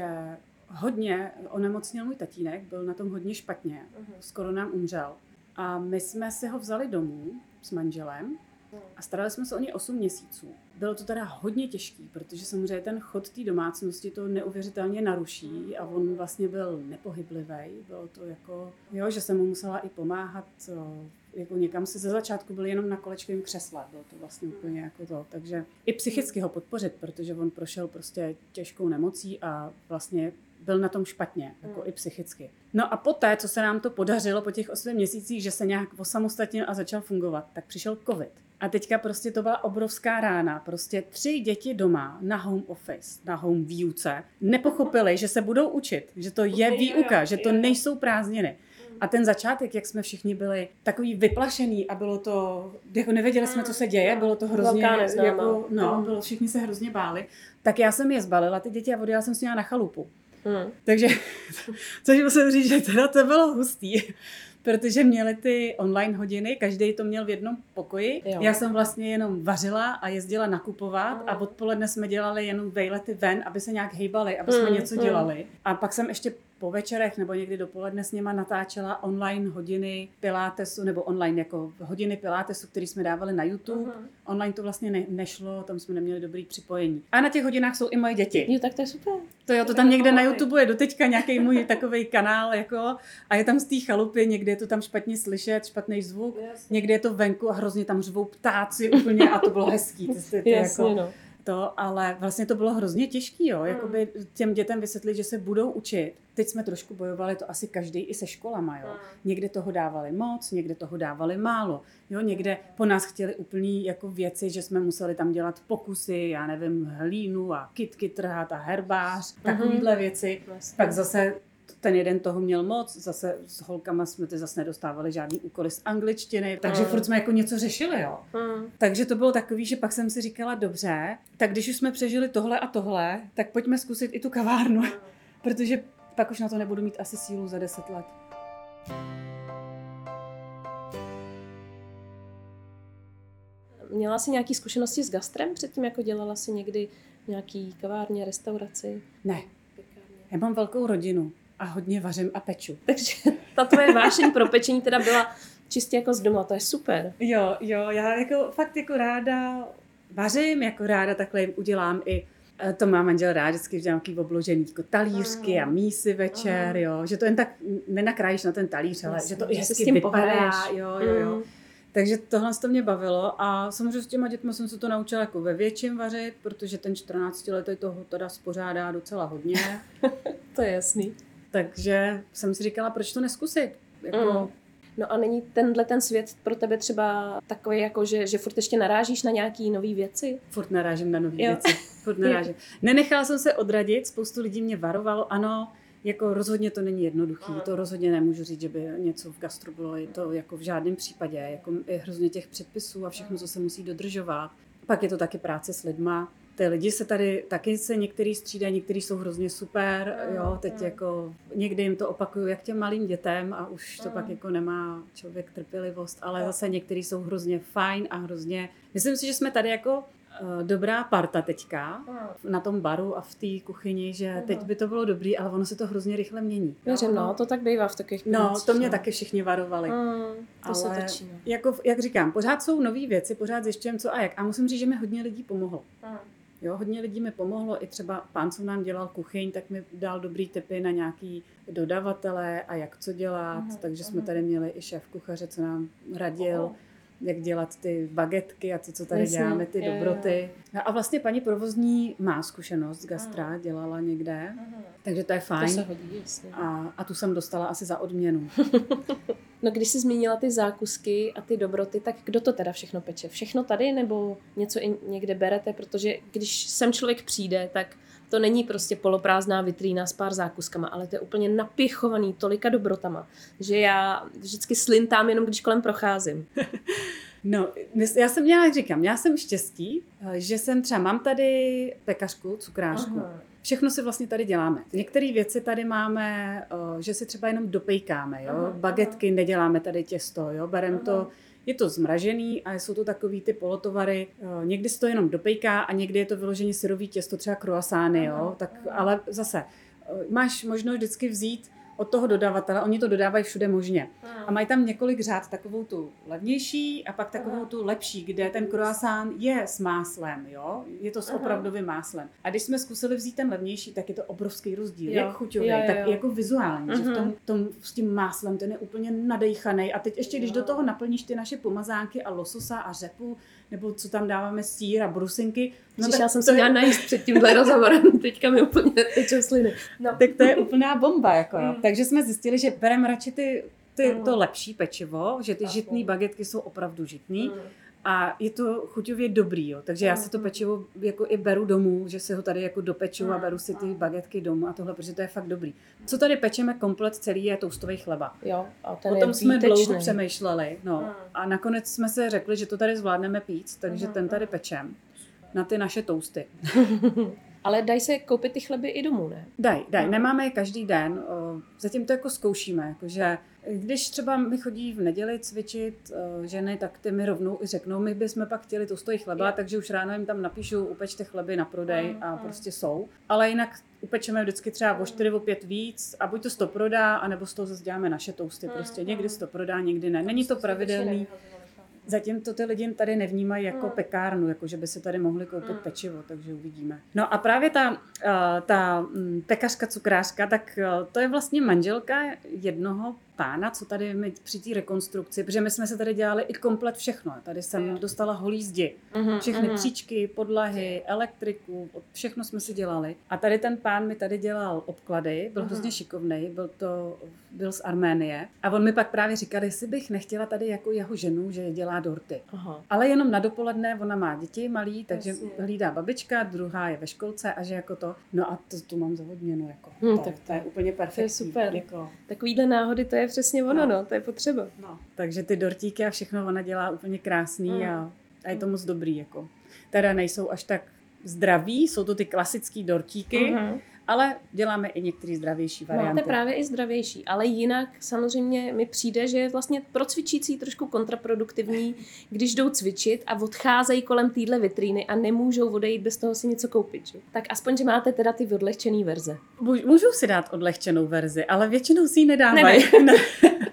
hodně onemocněl můj tatínek, byl na tom hodně špatně, skoro nám umřel. A my jsme si ho vzali domů s manželem a starali jsme se o něj osm měsíců. Bylo to teda hodně těžký, protože samozřejmě ten chod té domácnosti to neuvěřitelně naruší a on vlastně byl nepohyblivý. Bylo to jako, jo, že jsem mu musela i pomáhat, jako někam si ze začátku byl jenom na kolečkovém křesle, bylo to vlastně úplně jako to. Takže i psychicky ho podpořit, protože on prošel prostě těžkou nemocí a vlastně byl na tom špatně, jako mm. i psychicky. No a poté, co se nám to podařilo po těch osmi měsících, že se nějak osamostatnil a začal fungovat, tak přišel covid. A teďka prostě to byla obrovská rána. Prostě tři děti doma na home office, na home výuce, nepochopili, že se budou učit, že to je výuka, že to nejsou prázdniny. A ten začátek, jak jsme všichni byli takový vyplašený a bylo to, jako nevěděli jsme, co se děje, bylo to hrozně, jako, no, bylo, všichni se hrozně báli, tak já jsem je zbalila, ty děti, a odjela jsem s nimi na chalupu. Hmm. Takže, což musím říct, že teda to bylo hustý, protože měli ty online hodiny, každý to měl v jednom pokoji. Jo. Já jsem vlastně jenom vařila a jezdila nakupovat hmm. a odpoledne jsme dělali jenom vejlety ven, aby se nějak hejbali, aby jsme hmm. něco dělali. Hmm. A pak jsem ještě po večerech nebo někdy dopoledne s něma natáčela online hodiny pilatesu, nebo online jako hodiny pilatesu, které jsme dávali na YouTube. Uh-huh. Online to vlastně ne- nešlo, tam jsme neměli dobrý připojení. A na těch hodinách jsou i moje děti. Jo, tak to je super. To jo, to tam někde na YouTube je doteďka nějaký můj takovej kanál, jako, a je tam z té chalupy, někde je to tam špatně slyšet, špatný zvuk, yes. Někde je to venku a hrozně tam řvou ptáci úplně a to bylo hezký. To, to, to, Jasně, jako, no. To, ale vlastně to bylo hrozně těžký, jo, jakoby těm dětem vysvětlit, že se budou učit. Teď jsme trošku bojovali, to asi každý i se školama, jo. Někde toho dávali moc, někde toho dávali málo, jo, někde po nás chtěli úplný jako věci, že jsme museli tam dělat pokusy, já nevím, hlínu a kytky trhat a herbář, takovýhle věci. Vlastně. Pak zase ten jeden toho měl moc, zase s holkama jsme ty zase nedostávali žádný úkoly z angličtiny, takže mm. furt jsme jako něco řešili, jo. Mm. Takže to bylo takový, že pak jsem si říkala, dobře, tak když už jsme přežili tohle a tohle, tak pojďme zkusit i tu kavárnu, mm. protože pak už na to nebudu mít asi sílu za deset let. Měla jsi nějaké zkušenosti s gastrem předtím, jako dělala jsi někdy nějaký kavárně, restauraci? Ne, já mám velkou rodinu. A hodně vařím a peču. Takže ta tvoje vášeň pro pečení teda byla čistě jako z doma, to je super. Jo, jo, já jako fakt jako ráda vařím, jako ráda takhle udělám i To má manžel rád, vždycky v nějaký obložený jako talířky a mísy večer, jo, že to jen tak nenakrájíš na ten talíř, ale Jasně, že to že i se s hezky tím vypadá, pohraješ. jo, jo, jo. Mm. Takže tohle to mě bavilo a samozřejmě s těma dětmi jsem se to naučila jako ve větším vařit, protože ten čtrnáctiletý toho teda spořádá docela hodně. To je jasný. Takže jsem si říkala, proč to neskusit? Jako... Mm. No a není tenhle ten svět pro tebe třeba takový, jako že, že furt ještě narážíš na nějaký nový věci? Furt narážím na nový Jo. věci. Furt narážím. Nenechala jsem se odradit, spoustu lidí mě varovalo, ano, jako rozhodně to není jednoduchý, to rozhodně nemůžu říct, že by něco v gastru bylo, je to jako v žádném případě, jako je hrozně těch předpisů a všechno, co se musí dodržovat. Pak je to taky práce s lidma. Ty lidi se tady taky se některý střídají, některý jsou hrozně super, jo, teď jako někdy jim to opakuju jak těm malým dětem a už to pak jako nemá člověk trpělivost, ale zase některý jsou hrozně fajn a hrozně, myslím si, že jsme tady jako dobrá parta teďka na tom baru a v té kuchyni, že teď by to bylo dobrý, ale ono se to hrozně rychle mění. Věřím, no, to tak bývá v takových No, pracích, to mě no. taky všichni varovali. Mm, to ale se točí, no. jako, jak říkám, pořád jsou nové věci, pořád zjišťujeme co a jak. A musím říct, že mi hodně lidí pomohlo. Mm. Jo, hodně lidí mi pomohlo, i třeba pán, co nám dělal kuchyň, tak mi dal dobrý tipy na nějaký dodavatele a jak co dělat, Mm, takže jsme mm. tady měli i šéf kuchaře, co nám radil, oh. jak dělat ty bagetky a to, co tady Jasně, děláme, ty jo, dobroty. A vlastně paní provozní má zkušenost z gastra, dělala někde, takže to je fajn. To se hodí, jasně. A, a tu jsem dostala asi za odměnu. No když jsi zmínila ty zákusky a ty dobroty, tak kdo to teda všechno peče? Všechno tady nebo něco i někde berete? Protože když sem člověk přijde, tak to není prostě poloprázdná vitrína s pár zákuskama, ale to je úplně napěchovaný tolika dobrotama, že já vždycky slintám jenom, když kolem procházím. No, já jsem měla, jak říkám, já jsem štěstí, že jsem třeba, mám tady pekařku, cukrářku. Aha. Všechno si vlastně tady děláme. Některé věci tady máme, že si třeba jenom dopejkáme, jo. Aha, bagetky, aha. Neděláme tady těsto, jo. Berem to, je to zmražený a jsou to takový ty polotovary. Někdy se to jenom dopejká a někdy je to vyloženě syrový těsto, třeba croissány, jo. Tak, ale zase, máš možnost vždycky vzít od toho dodavatele, oni to dodávají všude možně. A mají tam několik řád, takovou tu levnější a pak takovou tu lepší, kde ten croissant je s máslem, jo? Je to s opravdovým máslem. A když jsme zkusili vzít ten levnější, tak je to obrovský rozdíl, jo, jak chuťový, jo, jo, tak jo. jako vizuální, uh-huh. že v tom, tom, s tím máslem ten je úplně nadejchaný. A teď ještě, když do toho naplníš ty naše pomazánky a lososa a řepu, nebo co tam dáváme, sýr a brusinky. No já jsem se měla najíst před tímhle rozhovorem, teďka mi úplně tečou sliny. No. Tak to je úplná bomba, jako jo. Mm. Takže jsme zjistili, že bereme radši ty, ty, mm. to lepší pečivo, že ty tak, žitný bagetky jsou opravdu žitný. Mm. A je to chuťově dobrý, jo. Takže já si to pečivo jako i beru domů, že si ho tady jako dopeču a beru si ty bagetky domů a tohle, protože to je fakt dobrý. Co tady pečeme komplet celý je toastový chleba. Jo, a ten o tom je jsme výtečný. dlouho přemýšleli, no. A nakonec jsme se řekli, že to tady zvládneme pít, takže ten tady pečem na ty naše toasty. Ale dají se koupit ty chleby i domů, ne? Daj, daj. Nemáme je každý den. Zatím to jako zkoušíme. Jakože, když třeba mi chodí v neděli cvičit ženy, tak ty mi rovnou i řeknou, my bychom pak chtěli toastový chleba, je. Takže už ráno jim tam napíšu, upečte chleby na prodej mm, a mm. prostě jsou. Ale jinak upečeme vždycky třeba o čtyři, o pět víc a buď to sto prodá, anebo z toho zase děláme naše toasty. Prostě někdy se to prodá, někdy ne. Není to pravidelný. Zatím to ty lidi tady nevnímají jako pekárnu, jako že by si tady mohli koupit pečivo, takže uvidíme. No a právě ta, ta pekařka, cukrářka, tak to je vlastně manželka jednoho pána, co tady my při té rekonstrukci, protože my jsme se tady dělali i komplet všechno. Tady jsem dostala holí zdi. Všechny příčky, podlahy, elektriku, všechno jsme si dělali. A tady ten pán mi tady dělal obklady, byl hrozně šikovnej, byl to byl z Arménie. A on mi pak právě říkal, jestli bych nechtěla tady jako jeho ženu, že dělá dorty. Aha. Ale jenom na dopoledne, ona má děti malý, takže Jasně. hlídá babička, druhá je ve školce a že jako to. No a to, to mám za odměnu. Jako. Hmm, to, tak to je úplně perfektní. To je super. Jako. Takovýhle náhody, to je přesně ono, no, no to je potřeba. No. Takže ty dortíky a všechno ona dělá úplně krásný hmm. a, a je to moc dobrý. Jako. Teda nejsou až tak zdraví, jsou to ty klasický dortíky, uh-huh. ale děláme i některé zdravější varianty. Máte právě i zdravější, ale jinak samozřejmě mi přijde, že je vlastně pro cvičící trošku kontraproduktivní, když jdou cvičit a odcházejí kolem téhle vitríny a nemůžou odejít bez toho si něco koupit. Že? Tak aspoň, že máte teda ty odlehčený verze. Můžou si dát odlehčenou verzi, ale většinou si ji nedávají. Ne, ne.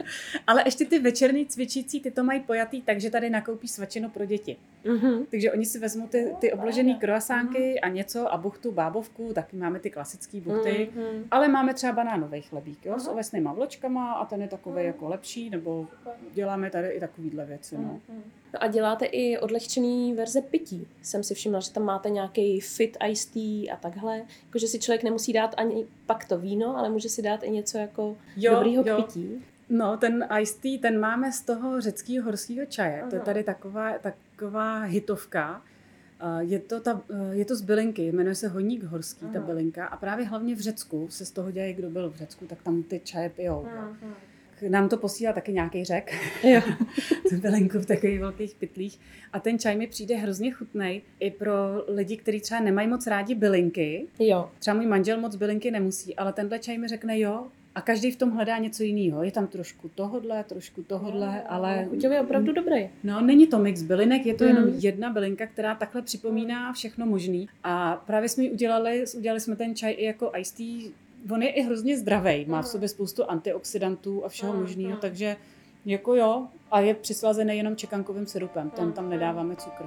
Ale ještě ty večerní cvičící, ty to mají pojatý, takže tady nakoupí svačinu pro děti. Mm-hmm. Takže oni si vezmou ty, ty obložený croissánky mm-hmm. a něco a buchtu, bábovku, taky máme ty klasické buchty, mm-hmm. ale máme třeba banánový chlebík, jo, mm-hmm. s ovesnýma vločkama a ten je takový mm-hmm. jako lepší, nebo děláme tady i takovýhle věci. No. Mm-hmm. No a děláte i odlehčený verze pití. Jsem si všimla, že tam máte nějaký fit iced tea a takhle. Jakože si člověk nemusí dát ani pak to víno, ale může si dát i něco jako jo, dobrýho jo. k pití. No, ten iced tea, ten máme z toho řeckého horského čaje. Aha. To je tady taková, taková hitovka. Je to, ta, je to z bylinky, jmenuje se honík horský, aha. ta bylinka. A právě hlavně v Řecku se z toho děje, kdo byl v Řecku, tak tam ty čaje pijou. Aha. Nám to posílá taky nějaký Řek. Jo. Tu bylinku v takových velkých pytlích. A ten čaj mi přijde hrozně chutnej i pro lidi, kteří třeba nemají moc rádi bylinky. Jo. Třeba můj manžel moc bylinky nemusí, ale tenhle čaj mi řekne jo. A každý v tom hledá něco jiného. Je tam trošku tohodle, trošku tohodle, no, ale... Chuťově je opravdu dobrý. No, není to mix bylinek, je to mm. jenom jedna bylinka, která takhle připomíná všechno možný. A právě jsme ji udělali, udělali jsme ten čaj i jako iced tea. On je i hrozně zdravý, má v sobě spoustu antioxidantů a všeho možného, takže jako jo, a je přislazený jenom čekankovým sirupem, tam tam nedáváme cukr.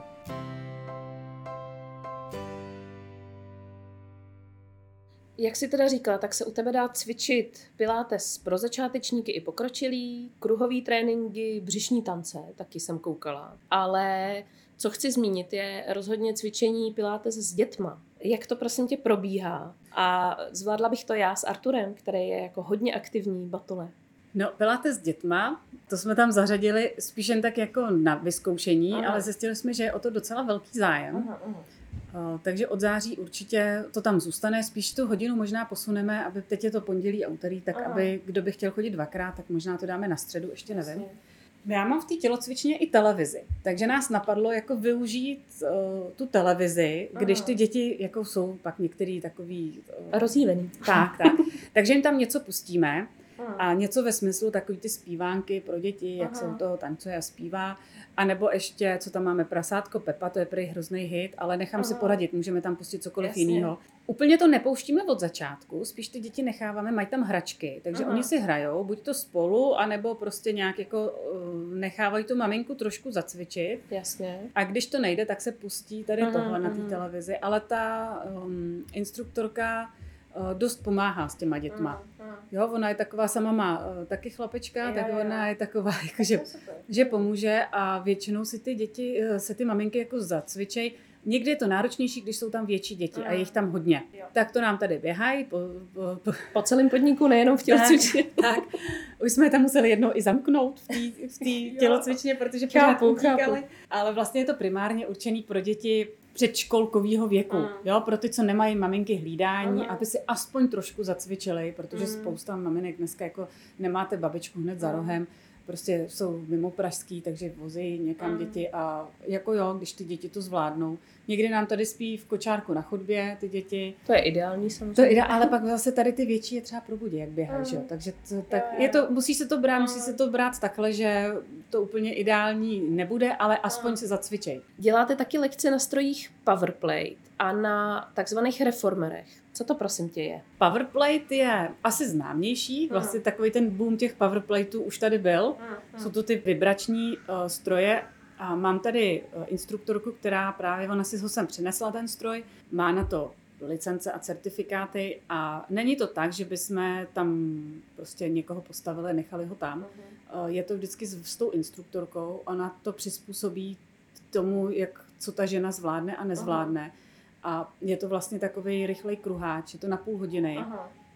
Jak jsi teda říkala, tak se u tebe dá cvičit pilates pro začátečníky i pokročilý, kruhový tréninky, břišní tance, taky jsem koukala. Ale co chci zmínit je rozhodně cvičení pilates s dětma. Jak to prosím tě probíhá? A zvládla bych to já s Arturem, který je jako hodně aktivní batole. No, pilates s dětma, to jsme tam zařadili spíš jen tak jako na vyzkoušení, aha. ale zjistili jsme, že je o to docela velký zájem. Aha, aha. Uh, takže od září určitě to tam zůstane, spíš tu hodinu možná posuneme, aby teď je to pondělí a úterý, tak aha. aby kdo by chtěl chodit dvakrát, tak možná to dáme na středu, ještě nevím. Jasně. Já mám v té tělocvičně i televizi, takže nás napadlo jako využít uh, tu televizi, když ty děti jako jsou pak některý takový... Uh, rozjívený. Tak, tak. Takže jim tam něco pustíme a něco ve smyslu takový ty zpívánky pro děti, jak se to tancuje a zpívá. A nebo ještě, co tam máme, Prasátko Pepa, to je prý hrozný hit, ale nechám Aha. si poradit, můžeme tam pustit cokoliv jiného. Úplně to nepouštíme od začátku, spíš ty děti necháváme, mají tam hračky, takže Aha. oni si hrajou, buď to spolu, anebo prostě nějak jako uh, nechávají tu maminku trošku zacvičit. Jasně. A když to nejde, tak se pustí tady Aha, tohle Aha. na té televizi, ale ta um, instruktorka dost pomáhá s těma dětma. Mm, mm. Jo, ona je taková, sama má uh, taky chlapečka, jo, tak jo. ona je taková, jako, že, že pomůže a většinou si ty děti, uh, se ty maminky jako zacvičej. Někdy je to náročnější, když jsou tam větší děti mm. a je jich tam hodně. Jo. Tak to nám tady běhají po, po, po, po celém podniku, nejenom v tělocvičně. Tak, tak. Už jsme tam museli jednou i zamknout v té tělocvičně, protože pořád utíkali. Ale vlastně je to primárně určený pro děti předškolkového věku, mm. jo, pro ty, co nemají maminky hlídání, mm. aby si aspoň trošku zacvičili, protože mm. spousta maminek dneska jako nemáte babičku hned mm. za rohem, prostě jsou mimo pražský, takže vozí někam mm. děti a jako jo, když ty děti to zvládnou. Někdy nám tady spí v kočárku na chodbě ty děti. To je ideální samozřejmě. To je ideální, ale pak zase tady ty větší je třeba probudí, jak běhají, mm. že jo. Takže to, tak je to, musí se to brát, mm. musí se to brát takhle, že to úplně ideální nebude, ale aspoň mm. se zacvičej. Děláte taky lekce na strojích Powerplate a na takzvaných reformerech. Co to prosím tě je? Powerplate je asi známější, vlastně mm. takový ten boom těch Powerplateů už tady byl. Mm. Jsou to ty vibrační uh, stroje. A mám tady instruktorku, která právě, ona si ho sem přinesla ten stroj, má na to licence a certifikáty a není to tak, že bychom tam prostě někoho postavili, nechali ho tam. Uh-huh. Je to vždycky s, s tou instruktorkou, ona to přizpůsobí tomu, jak, co ta žena zvládne a nezvládne. Uh-huh. A je to vlastně takový rychlej kruháč, je to na půl hodiny. Uh-huh.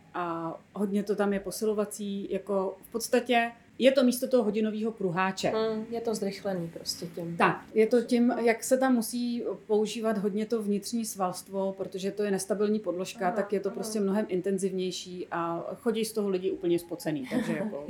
A hodně to tam je posilovací, jako v podstatě je to místo toho hodinového kruháče. Mm, je to zrychlený prostě tím. Tak, je to tím, jak se tam musí používat hodně to vnitřní svalstvo, protože to je nestabilní podložka, aha, tak je to aha. prostě mnohem intenzivnější a chodí z toho lidi úplně spocený. Takže jako,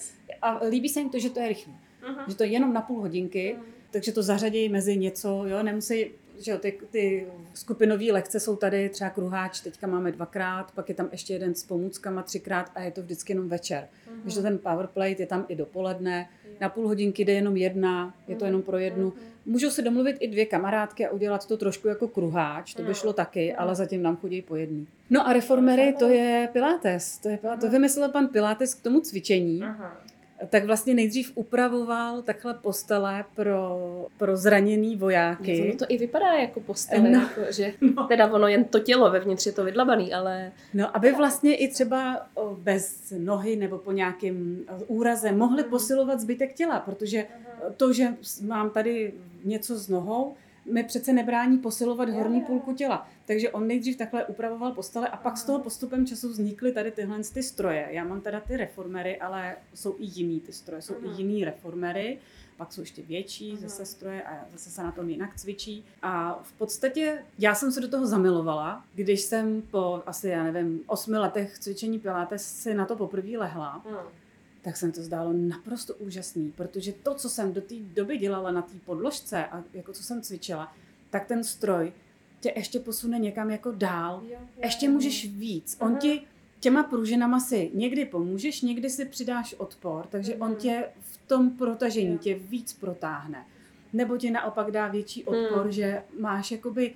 a líbí se jim to, že to je rychlé. Že to je jenom na půl hodinky, aha. takže to zařadí mezi něco, jo, nemusí, že jo, ty, ty skupinové lekce jsou tady, třeba kruháč, teďka máme dvakrát, pak je tam ještě jeden s pomůckama třikrát a je to vždycky jenom večer. Uh-huh. Takže ten powerplate je tam i dopoledne, uh-huh. na půl hodinky jde jenom jedna, je to jenom pro jednu. Uh-huh. Můžou se domluvit i dvě kamarádky a udělat to trošku jako kruháč, to by šlo taky, uh-huh. ale zatím nám chodí po jedný. No a reformery, to je pilates, to, je, to vymyslel pan Pilates k tomu cvičení. Uh-huh. tak vlastně nejdřív upravoval takhle postele pro, pro zraněný vojáky. Ono to i vypadá jako postele, no, jako, že no. Teda ono jen to tělo vevnitř je to vydlabaný, ale... No, aby vlastně i třeba bez nohy nebo po nějakém úraze mohli uh-huh. posilovat zbytek těla, protože uh-huh. to, že mám tady něco s nohou, mi přece nebrání posilovat horní půlku těla. Takže on nejdřív takhle upravoval postele a pak z toho postupem času vznikly tady tyhle ty stroje. Já mám teda ty reformery, ale jsou i jiný ty stroje, jsou i jiný reformery, pak jsou ještě větší zase stroje a zase se na tom jinak cvičí. A v podstatě já jsem se do toho zamilovala, když jsem po asi, já nevím, osmi letech cvičení pilates si na to poprvé lehla. Tak se mi to zdálo naprosto úžasný, protože to, co jsem do té doby dělala na té podložce a jako co jsem cvičila, tak ten stroj tě ještě posune někam jako dál. Jo, jo, ještě můžeš víc. On ti těma pružinama si někdy pomůžeš, někdy si přidáš odpor, takže on tě v tom protažení tě víc protáhne. Nebo ti naopak dá větší odpor, hmm. že máš jakoby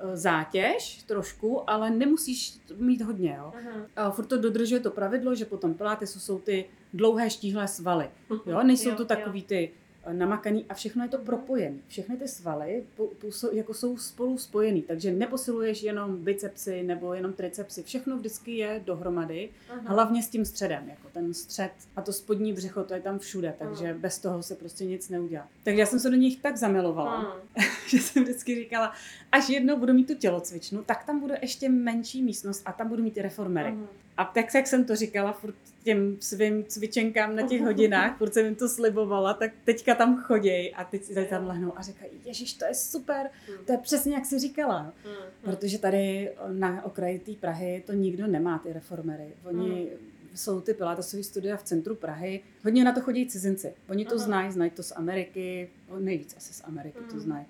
zátěž trošku, ale nemusíš mít hodně. Jo? A furt to dodržuje to pravidlo, že potom pilatesu jsou ty dlouhé štíhlé svaly. Jo? Nejsou to takový ty namakaný a všechno je to propojené. Všechny ty svaly jako jsou spolu spojený, takže neposiluješ jenom bicepsy nebo jenom tricepsy. Všechno vždycky je dohromady, aha. hlavně s tím středem. Jako ten střed a to spodní břicho, to je tam všude, takže aha. bez toho se prostě nic neudělá. Takže já jsem se do nich tak zamilovala, že jsem vždycky říkala, až jednou budu mít tu tělocvičnu, tak tam bude ještě menší místnost a tam budu mít ty reformery. Aha. A tak, jak jsem to říkala furt těm svým cvičenkám na těch hodinách, furt jsem jim to slibovala, tak teďka tam choděj a teď si tam lehnou a říkají, ježiš, to je super, to je přesně jak jsi říkala. Protože tady na okraji té Prahy to nikdo nemá, ty reformery. Oni jsou ty pilatesové studia v centru Prahy, hodně na to chodí cizinci. Oni to znají, znají to z Ameriky, nejvíc asi z Ameriky to znají.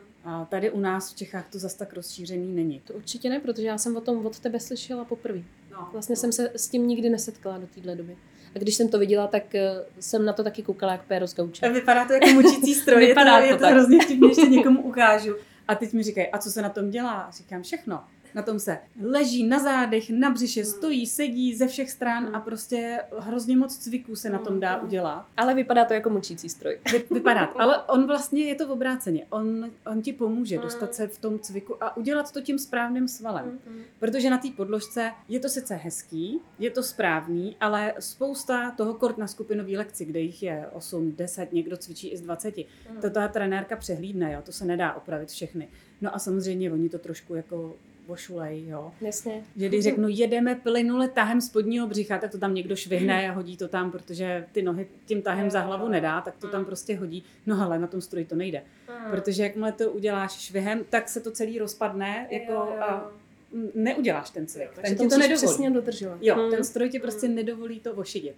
A tady u nás v Čechách to zas tak rozšířený není. To určitě ne, protože já jsem o tom od tebe slyšela poprvé. No, vlastně no. jsem se s tím nikdy nesetkala do téhle doby. A když jsem to viděla, tak jsem na to taky koukala jak péro z gauče. Vypadá to jako mučící stroj, je to, je to hrozně vtipně, ještě někomu ukážu. A teď mi říkají, a co se na tom dělá? A říkám, všechno. Na tom se leží na zádech, na břiše, stojí, sedí ze všech stran a prostě hrozně moc cviků se na tom dá udělat. Ale vypadá to jako mučící stroj. Vy, vypadá. Ale on vlastně je to v obráceně. On, on ti pomůže dostat se v tom cviku a udělat to tím správným svalem. Protože na té podložce je to sice hezký, je to správný, ale spousta toho kort na skupinový lekci, kde jich je osm, deset, někdo cvičí i z dvaceti. To ta trenérka přehlídne, jo? To se nedá opravit všechny. No a samozřejmě oni to trošku jako vošulej, jo. Jasně. Že když řeknu, jedeme plynule tahem spodního břicha, tak to tam někdo švihne a hodí to tam, protože ty nohy tím tahem za hlavu nedá, tak to tam prostě hodí. No ale na tom stroji to nejde. Protože jakmile to uděláš švihem, tak se to celý rozpadne jako a neuděláš ten cvik. Takže to nedovolí. Přesně dodržovat. Jo, ten stroj ti prostě nedovolí to ošidit.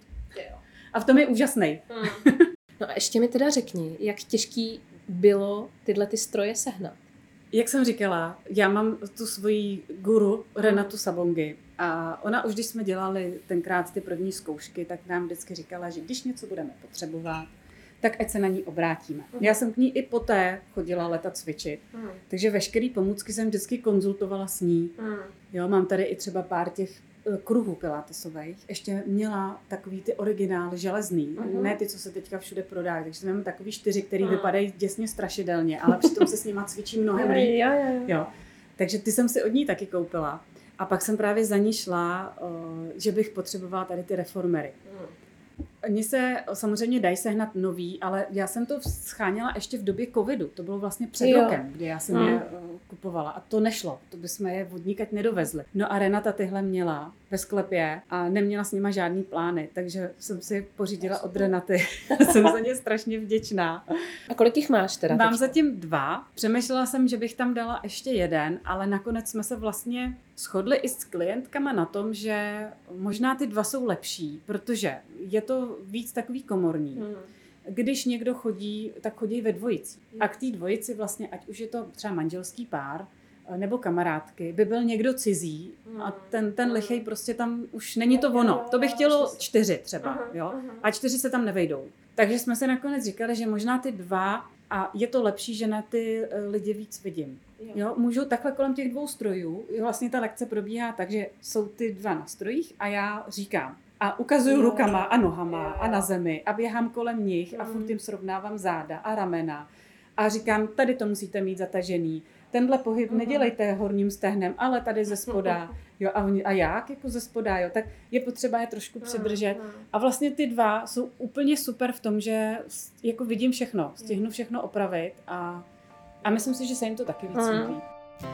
A v tom je úžasnej. No a ještě mi teda řekni, jak těžký bylo tyhle ty stroje sehnat. Jak jsem říkala, já mám tu svoji guru Renatu Sabongi a ona už, když jsme dělali tenkrát ty první zkoušky, tak nám vždycky říkala, že když něco budeme potřebovat, tak ať se na ní obrátíme. Uh-huh. Já jsem k ní i poté chodila leta cvičit, uh-huh. takže veškerý pomůcky jsem vždycky konzultovala s ní. Uh-huh. Jo, mám tady i třeba pár těch kruhů pilatesových. Ještě měla takový ty originály železný, uh-huh. ne ty, co se teďka všude prodají. Takže mám takový čtyři, který uh-huh. vypadají děsně strašidelně, ale přitom se s nima cvičí mnohem líp. Jo, jo, jo. Jo. Takže ty jsem si od ní taky koupila. A pak jsem právě za ní šla, že bych potřebovala tady ty reformery. Uh-huh. Oni se samozřejmě dají sehnat nový, ale já jsem to scháněla ještě v době covidu. To bylo vlastně před jo. rokem, kdy já jsem hmm. je uh, kupovala. A to nešlo. To bychom je odníkat nedovezli. No a Renata tyhle měla ve sklepě a neměla s nima žádný plány, takže jsem si pořídila od Renaty. Jsem za ně strašně vděčná. A kolik jich máš teda? Mám zatím dva. Přemýšlela jsem, že bych tam dala ještě jeden, ale nakonec jsme se vlastně shodli i s klientkama na tom, že možná ty dva jsou lepší, protože je to víc takový komorní. Hmm. Když někdo chodí, tak chodí ve dvojici. A k té dvojici vlastně, ať už je to třeba manželský pár, nebo kamarádky, by byl někdo cizí a ten, ten lichej prostě tam už není to ono. To by chtělo čtyři třeba, jo? A čtyři se tam nevejdou. Takže jsme se nakonec říkali, že možná ty dva, a je to lepší, že na ty lidi víc vidím. Jo? Můžu takhle kolem těch dvou strojů, vlastně ta lekce probíhá tak, že jsou ty dva na strojích a já říkám. A a ukazuju rukama a nohama a na zemi a běhám kolem nich a furt jim srovnávám záda a ramena a říkám, tady to musíte mít zatažený. Tenhle pohyb uh-huh. nedělejte horním stehnem, ale tady ze spoda. Jo, a, oni, a jak jako ze spoda, jo, tak je potřeba je trošku přidržet. A vlastně ty dva jsou úplně super v tom, že jako vidím všechno, stihnu všechno opravit a, a myslím si, že se jim to taky víc líbí. Uh-huh.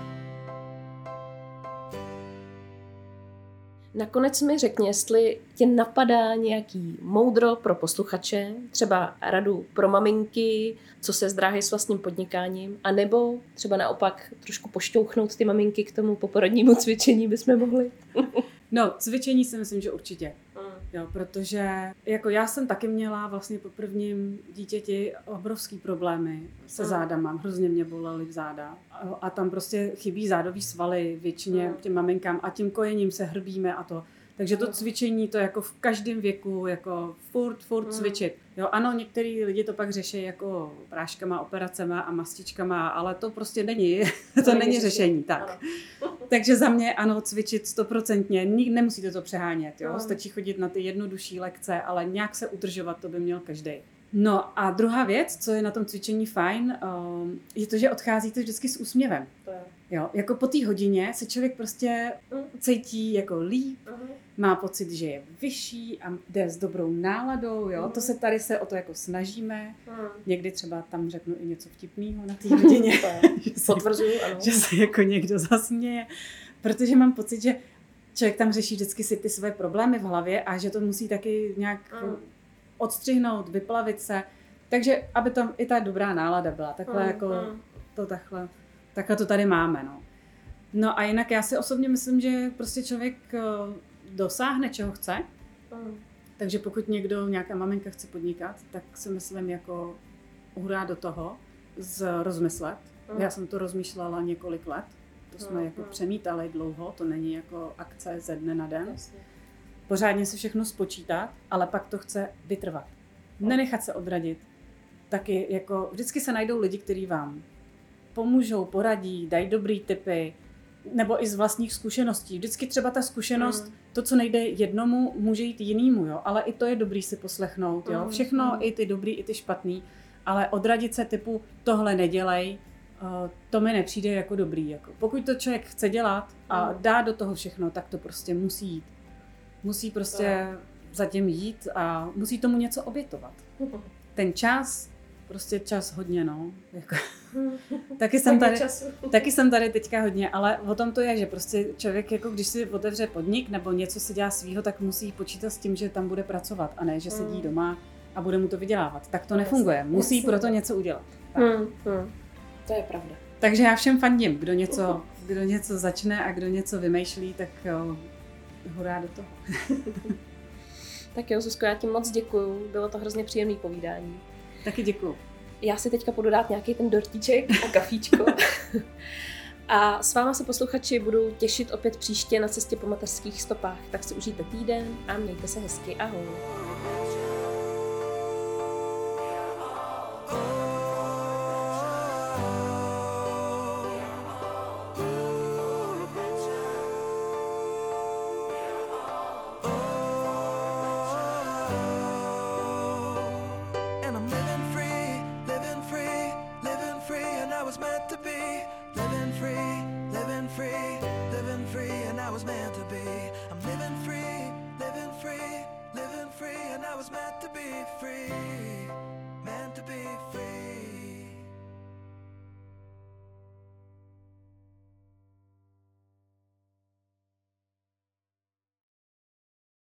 Nakonec mi řekni, jestli tě napadá nějaký moudro pro posluchače, třeba radu pro maminky, co se zdráhají s vlastním podnikáním, anebo třeba naopak trošku pošťouchnout ty maminky k tomu poporodnímu cvičení bychom mohli. No, cvičení si myslím, že určitě. Jo, protože jako já jsem taky měla vlastně po prvním dítěti obrovský problémy se zádama. Hrozně mě bolely záda. A, a tam prostě chybí zádový svaly většině těm maminkám a tím kojením se hrbíme a to. Takže to cvičení, to jako v každém věku, jako furt, furt mm. cvičit. Jo, ano, některý lidi to pak řeší jako práškama, operacema a mastičkama, ale to prostě není, to, to není řešení, tak. Takže za mě ano, cvičit stoprocentně, nemusíte to přehánět, jo, stačí chodit na ty jednodušší lekce, ale nějak se udržovat, to by měl každý. No a druhá věc, co je na tom cvičení fajn, je to, že odcházíte vždycky s úsměvem. Jo, jako po té hodině se člověk prostě cítí jako líp, má pocit, že je vyšší a jde s dobrou náladou, jo. To se tady se o to jako snažíme. Někdy třeba tam řeknu i něco vtipného na té hodině. Potvrzuju, ano. Že se jako někdo zasměje. Protože mám pocit, že člověk tam řeší vždycky si ty své problémy v hlavě a že to musí taky nějak odstřihnout, vyplavit se. Takže aby tam i ta dobrá nálada byla. Takhle jako to takhle. Takhle to tady máme, no. No a jinak já si osobně myslím, že prostě člověk dosáhne, čeho chce. Mm. Takže pokud někdo, nějaká maminka chce podnikat, tak si myslím jako hurá do toho z rozmyslet. Mm. Já jsem to rozmýšlela několik let. To jsme mm. jako přemítali dlouho, to není jako akce ze dne na den. Jasně. Pořádně si všechno spočítat, ale pak to chce vytrvat. Mm. Nenechat se odradit. Taky jako vždycky se najdou lidi, kteří vám pomůžou, poradí, dají dobrý tipy, nebo i z vlastních zkušeností. Vždycky třeba ta zkušenost, mm. to, co nejde jednomu, může jít jinému, jo, ale i to je dobrý si poslechnout, jo. Všechno, mm. i ty dobrý, i ty špatný, ale odradit se typu tohle nedělej, to mi nepřijde jako dobrý. Jako. Pokud to člověk chce dělat a dá do toho všechno, tak to prostě musí jít. Musí prostě mm. zatím jít a musí tomu něco obětovat. Ten čas, prostě čas hodně, no. Jako. Taky, jsem tady, taky jsem tady teďka hodně, ale o tom to je, že prostě člověk, jako když si otevře podnik nebo něco si dělá svýho, tak musí počítat s tím, že tam bude pracovat a ne, že sedí doma a bude mu to vydělávat. Tak to nefunguje. Musí proto něco udělat. Hmm, hmm. To je pravda. Takže já všem fandím, kdo něco, kdo něco začne a kdo něco vymýšlí, tak jo, hurá do toho. Tak jo, Zuzko, já ti moc děkuju. Bylo to hrozně příjemné povídání. Taky děkuju. Já si teďka půjdu dát nějaký ten dortíček a kafíčko. A s váma se posluchači budu těšit opět příště na cestě po mateřských stopách. Tak si užijte týden a mějte se hezky. Ahoj. Free, living free, living free, and I was meant to be free.